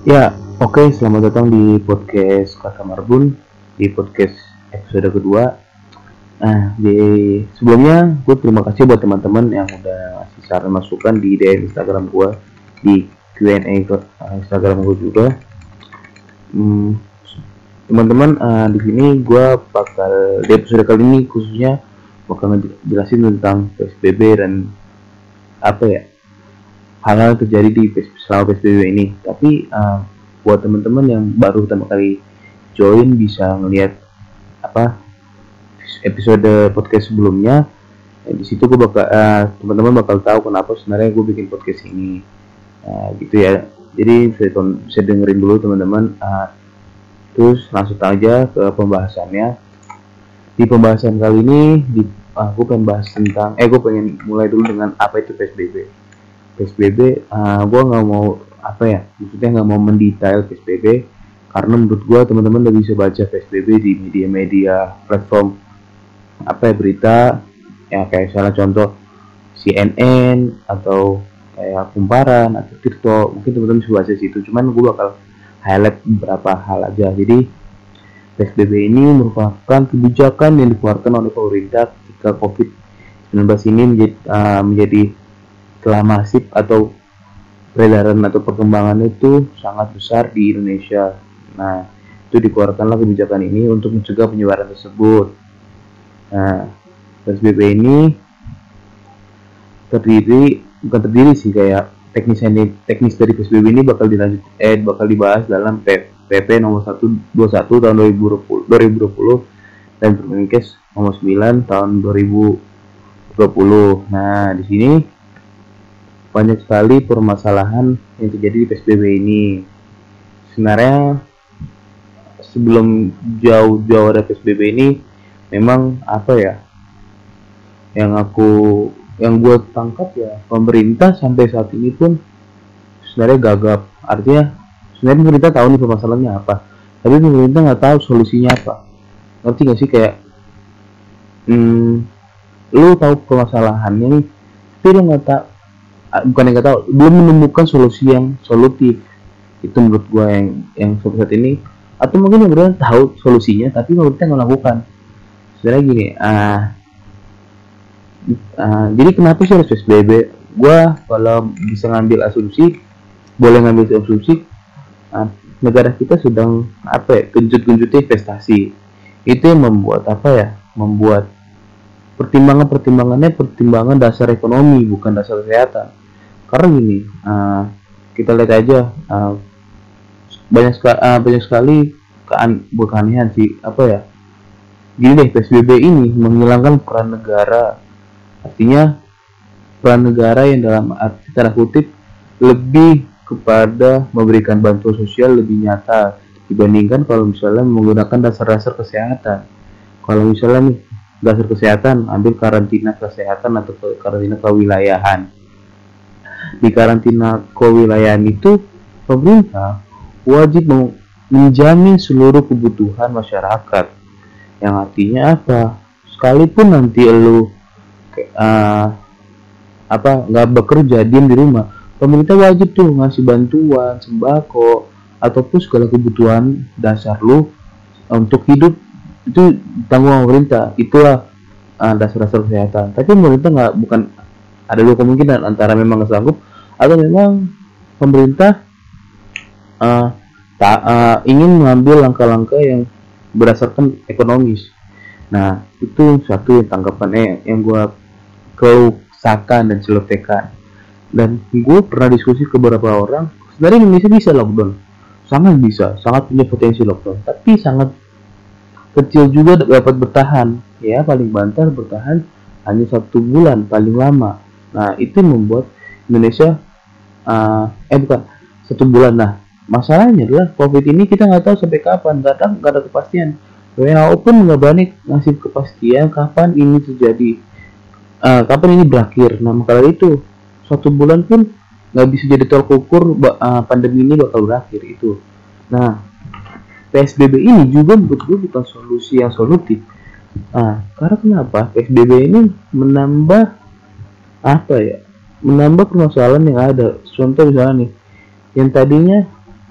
Ya, oke, selamat datang di podcast Kata Marbun, di podcast episode kedua. Nah, di sebelumnya gue terima kasih buat teman-teman yang udah ngasih saran masukan di DM Instagram gue, di Q&A Instagram gue juga. Teman-teman, di sini gue bakal di episode kali ini khususnya bakal ngejelasin tentang PSBB dan apa ya, hal-hal yang terjadi di selama PSBB ini. Tapi buat teman-teman yang baru pertama kali join bisa ngelihat apa episode podcast sebelumnya. Di situ gue bakal teman-teman bakal tahu kenapa sebenarnya gue bikin podcast ini. Gitu ya. Jadi bisa dengerin dulu teman-teman. Terus langsung aja ke pembahasannya. Di pembahasan kali ini gue pengen bahas tentang gue pengen mulai dulu dengan apa itu PSBB. PSBB gue nggak mau maksudnya nggak mau mendetail PSBB karena menurut gue teman-teman udah bisa baca PSBB di media-media platform berita ya, kayak misalnya contoh CNN atau kayak Kumparan atau Tirto. Mungkin teman-teman bisa baca situ, cuman gue bakal highlight beberapa hal aja. Jadi PSBB ini merupakan kebijakan yang dikeluarkan oleh pemerintah ketika COVID-19 ini menjadi telah masif atau peredaran atau perkembangan itu sangat besar di Indonesia. Nah, itu dikeluarkanlah kebijakan ini untuk mencegah penyebaran tersebut. Nah, PSBB ini bukan terdiri sih, kayak teknis dari PSBB ini bakal dibahas dalam PP nomor 121 tahun 2020 dan Permenkes nomor 9 tahun 2020. Nah, di sini banyak sekali permasalahan yang terjadi di PSBB ini. Sebenarnya sebelum jauh-jauh ada PSBB ini, memang yang gue tangkap ya, pemerintah sampai saat ini pun sebenarnya gagap. Artinya sebenarnya pemerintah tahu nih permasalahannya apa, tapi pemerintah nggak tahu solusinya apa. Ngerti nggak sih? Kayak lu tahu permasalahannya nih, tapi lu nggak tahu, belum menemukan solusi yang solutif. Itu menurut gue yang saat ini, atau mungkin benar tahu solusinya tapi pemerintah nggak lakukan. Sebenarnya gini, jadi kenapa sih harus PSBB? Gue kalau bisa ngambil asumsi, negara kita sedang genjut-genjutnya investasi. Itu yang membuat pertimbangan dasar ekonomi, bukan dasar kesehatan. Karena gini, kita lihat aja, banyak sekali keanehan sih. Gini deh, PSBB ini menghilangkan peran negara. Artinya peran negara yang dalam arti tanda kutip lebih kepada memberikan bantuan sosial lebih nyata dibandingkan kalau misalnya menggunakan dasar-dasar kesehatan. Kalau misalnya nih dasar kesehatan, ambil karantina kesehatan atau karantina kewilayahan. Di karantina kewilayahan itu pemerintah wajib menjamin seluruh kebutuhan masyarakat. Yang artinya apa? Sekalipun nanti lu nggak bekerja, diam di rumah, pemerintah wajib tuh ngasih bantuan sembako ataupun segala kebutuhan dasar lu untuk hidup, itu tanggung pemerintah. Itulah dasar-dasar kesehatan. Tapi pemerintah bukan, ada dua kemungkinan, antara memang nggak sanggup atau memang pemerintah ingin mengambil langkah-langkah yang berdasarkan ekonomis. Nah, itu satu yang tanggapannya yang gue keluhkan dan celotekan. Dan gue pernah diskusi ke beberapa orang, sebenarnya Indonesia bisa lockdown, sangat punya potensi lockdown, tapi sangat kecil juga dapat bertahan. Ya, paling banter bertahan hanya 1 bulan paling lama. Nah, itu membuat Indonesia bukan 1 bulan. Nah, masalahnya adalah COVID ini kita nggak tahu sampai kapan, nggak ada kepastian. WHO pun nggak berani ngasih kepastian kapan ini terjadi, kapan ini berakhir. Nah, maka itu 1 bulan pun nggak bisa jadi tolak ukur pandemi ini bakal berakhir itu. Nah, PSBB ini juga menurut gue bukan solusi yang solutif. Karena kenapa? PSBB ini menambah permasalahan yang ada. Contoh misalnya nih, yang tadinya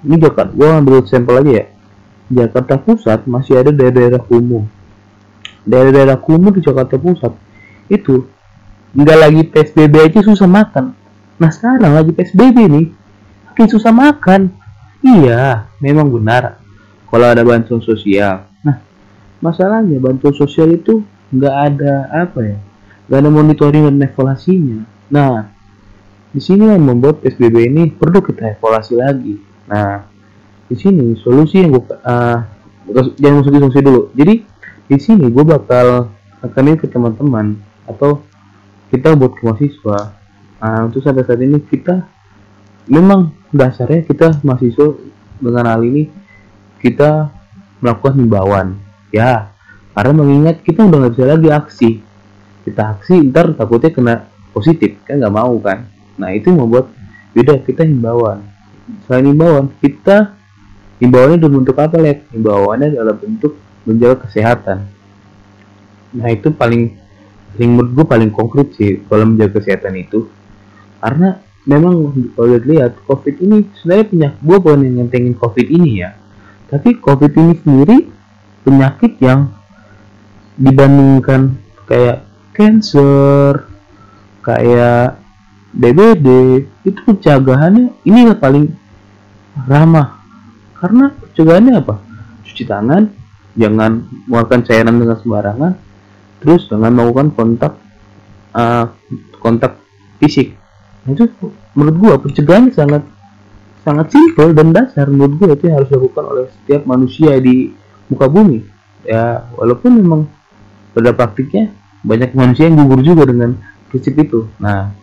Ini Jakarta, gue ambil sampel aja ya. Jakarta Pusat masih ada daerah-daerah kumuh. Daerah-daerah kumuh di Jakarta Pusat itu nggak lagi PSBB aja susah makan. Nah sekarang lagi PSBB nih, makin susah makan. Iya, memang benar. Kalau ada bantuan sosial. Nah, masalahnya bantuan sosial itu nggak ada apa ya, nggak ada monitoring dan evaluasinya. Nah, di sini yang membuat PSBB ini perlu kita evaluasi lagi. Nah, di sini solusi yang gue jangan solusi dulu. Jadi di sini gue bakal akan ke teman-teman atau kita buat ke mahasiswa. Untuk sampai saat ini kita memang dasarnya kita mahasiswa dengan hal ini kita melakukan himbauan ya, karena mengingat kita udah nggak bisa lagi aksi. Kita aksi ntar takutnya kena positif kan, nggak mau kan. Nah itu membuat beda kita himbauan. Selain himbauan, kita himbauannya dalam bentuk apa, Lek? Himbauannya dalam bentuk menjaga kesehatan. Nah itu paling menurut gue paling konkret sih kalau menjaga kesehatan itu, karena memang kalau lihat COVID ini sebenarnya penyakit, gue bukan yang ngentengin COVID ini ya, tapi COVID ini sendiri penyakit yang dibandingkan kayak cancer, kayak DBD, itu pencegahannya ini yang paling ramah. Karena pencegahannya apa? Cuci tangan, jangan mengeluarkan cairan dengan sembarangan, terus jangan melakukan kontak fisik. Nah, itu menurut gua pencegahannya sangat simpel dan dasar. Menurut gua itu yang harus dilakukan oleh setiap manusia di muka bumi ya, walaupun memang pada praktiknya banyak manusia yang gugur juga dengan prinsip itu. Nah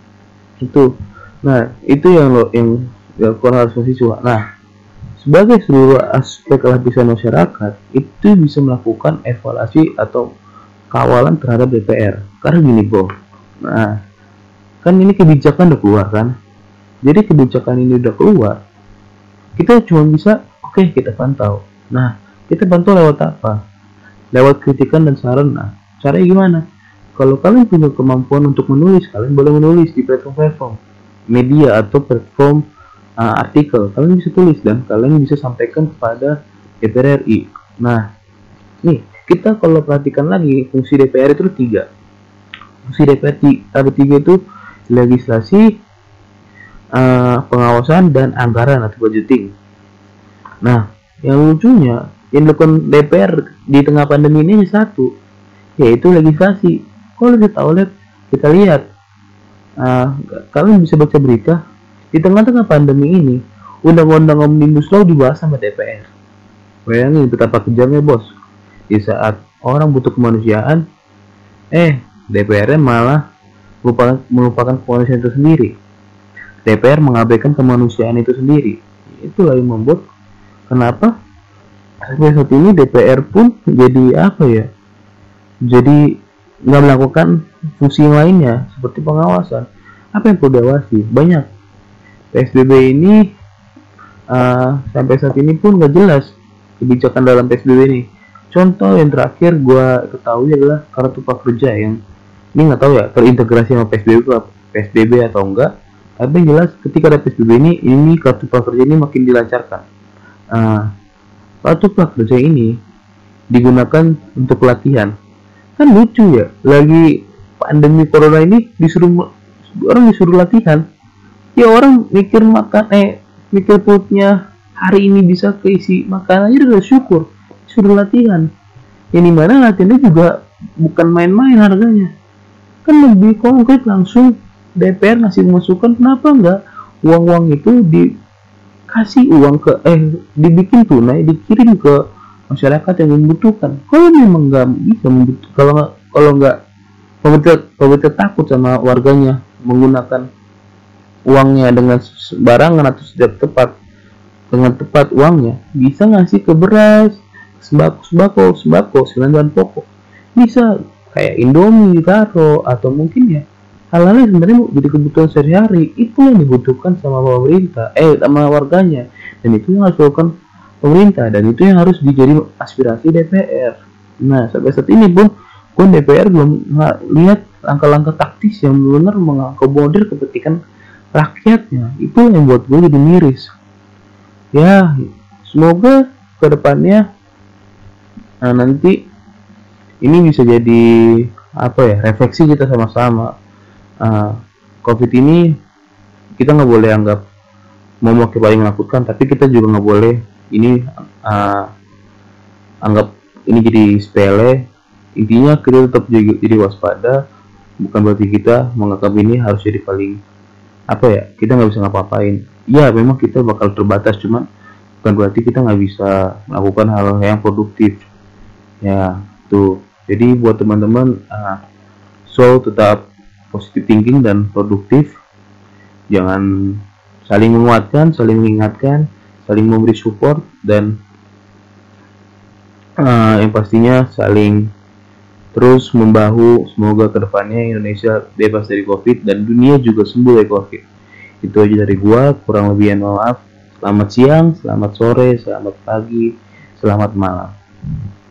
itu yang dilakukan harus mahasiswa. Nah sebagai seluruh aspek lapisan masyarakat itu bisa melakukan evaluasi atau kawalan terhadap DPR. Karena gini bro, nah kan ini kebijakan udah keluar kan, jadi kebijakan ini udah keluar, kita cuma bisa kita pantau. Nah kita pantau lewat apa? Lewat kritikan dan saran. Nah caranya gimana? Kalau kalian punya kemampuan untuk menulis, kalian boleh menulis di platform media atau platform artikel. Kalian bisa tulis dan kalian bisa sampaikan kepada DPR RI. Nah nih kita kalau perhatikan lagi fungsi DPR itu 3. Fungsi DPR ada 3 itu: legislasi, pengawasan, dan anggaran atau budgeting. Nah yang lucunya yang dilakukan DPR di tengah pandemi ini hanya satu, yaitu legislasi. Kalau kita lihat, kalian bisa baca berita di tengah-tengah pandemi ini undang-undang Omnibus Law dibahas sama DPR. Bayangin betapa kejamnya bos. Di saat orang butuh kemanusiaan, DPR-nya malah melupakan kemanusiaan itu sendiri. DPR mengabaikan kemanusiaan itu sendiri. Itulah yang membuat kenapa sampai saat ini DPR pun jadi jadi nggak melakukan fungsi lainnya seperti pengawasan. Apa yang perlu diawasi? Banyak. PSBB ini sampai saat ini pun nggak jelas kebijakan dalam PSBB ini. Contoh yang terakhir gue ketahui adalah kartu prakerja yang ini nggak tahu ya terintegrasi sama PSBB atau enggak, tapi yang jelas ketika ada PSBB ini kartu prakerja ini makin dilancarkan. Kartu prakerja ini digunakan untuk pelatihan. Kan lucu ya, lagi pandemi corona ini orang disuruh latihan. Ya orang mikir mikir perutnya hari ini bisa keisi makan aja udah syukur, suruh latihan. Yang dimana latihannya juga bukan main-main harganya. Kan lebih konkret, langsung DPR ngasih masukan, kenapa enggak uang itu dikasih uang dibikin tunai, dikirim ke masyarakat yang membutuhkan. Kalau memang nggak bisa kalau nggak pemerintah takut sama warganya menggunakan uangnya dengan sembarangan atau dengan tepat uangnya, bisa ngasih ke beras, sembako, bahan pokok, bisa kayak Indomie ditaruh, atau mungkin ya hal-hal yang sebenarnya jadi kebutuhan sehari-hari itu yang dibutuhkan sama pemerintah sama warganya, dan itu yang harus dilakukan pemerintah, dan itu yang harus dijadi aspirasi DPR. Nah sampai saat ini pun DPR belum lihat langkah-langkah taktis yang benar mengakomodir kepentingan rakyatnya. Itu yang buat gue jadi miris. Ya semoga kedepannya nanti ini bisa jadi apa ya, refleksi kita sama-sama. COVID ini kita nggak boleh anggap momok yang paling menakutkan, tapi kita juga nggak boleh ini anggap ini jadi sepele. Intinya kita tetap jadi waspada, bukan berarti kita menganggap ini harus jadi paling apa ya, kita nggak bisa ngapa-ngapain. Ya memang kita bakal terbatas, cuman bukan berarti kita nggak bisa melakukan hal yang produktif ya. Tuh, jadi buat teman-teman, so tetap positive thinking dan produktif, jangan saling menguatkan, saling mengingatkan, saling memberi support, dan yang pastinya saling terus membahu. Semoga kedepannya Indonesia bebas dari COVID dan dunia juga sembuh dari COVID. Itu aja dari gua, kurang lebihnya maaf. Selamat siang, selamat sore, selamat pagi, selamat malam.